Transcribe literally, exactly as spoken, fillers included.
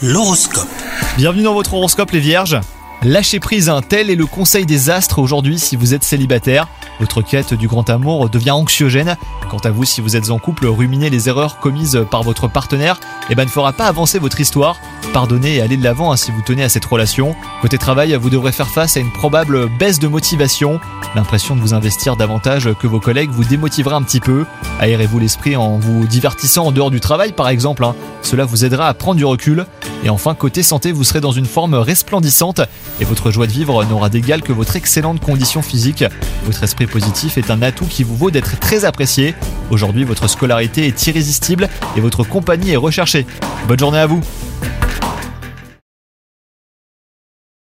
L'horoscope. Bienvenue dans votre horoscope les vierges. Lâchez prise, un tel est le conseil des astres aujourd'hui si vous êtes célibataire. Votre quête du grand amour devient anxiogène. Quant à vous, si vous êtes en couple, ruminer les erreurs commises par votre partenaire eh ben, ne fera pas avancer votre histoire. Pardonnez et allez de l'avant hein, si vous tenez à cette relation. Côté travail, vous devrez faire face à une probable baisse de motivation. L'impression de vous investir davantage que vos collègues vous démotivera un petit peu. Aérez-vous l'esprit en vous divertissant en dehors du travail par exemple. Hein. Cela vous aidera à prendre du recul. Et enfin, côté santé, vous serez dans une forme resplendissante et votre joie de vivre n'aura d'égal que votre excellente condition physique. Votre esprit positif est un atout qui vous vaut d'être très apprécié. Aujourd'hui, votre scolarité est irrésistible et votre compagnie est recherchée. Bonne journée à vous!